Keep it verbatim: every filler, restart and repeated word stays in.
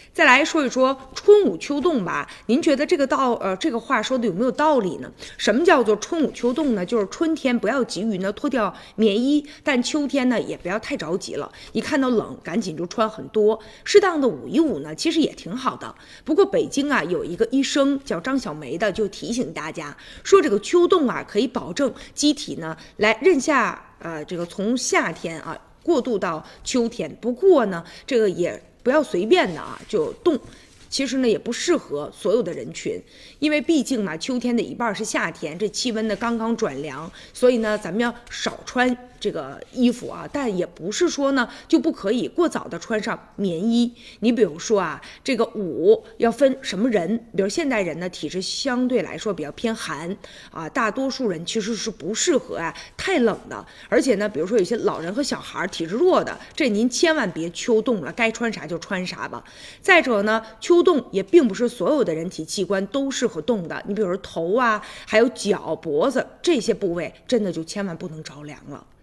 再来说一说春捂秋冻吧，您觉得这个道呃这个话说的有没有道理呢？什么叫做春捂秋冻呢？就是春天不要急于呢脱掉棉衣，但秋天呢也不要太着急了，一看到冷赶紧就穿很多，适当的捂一捂呢，其实也挺好的。不过北京啊有一个医生叫张小梅的，就提醒大家说，这个秋冻啊可以保证机体呢来任下呃这个从夏天啊过渡到秋天，不过呢这个也不要随便的啊就冻。其实呢，也不适合所有的人群，因为毕竟嘛，秋天的一半是夏天，这气温呢刚刚转凉，所以呢，咱们要少穿这个衣服啊，但也不是说呢就不可以过早的穿上棉衣。你比如说啊，这个捂要分什么人，比如现代人呢，体质相对来说比较偏寒啊，大多数人其实是不适合啊太冷的，而且呢，比如说有些老人和小孩体质弱的，这您千万别秋冻了，该穿啥就穿啥吧。再者呢，秋冻也并不是所有的人体器官都适合冻的，你比如说头啊，还有脚、脖子这些部位，真的就千万不能着凉了。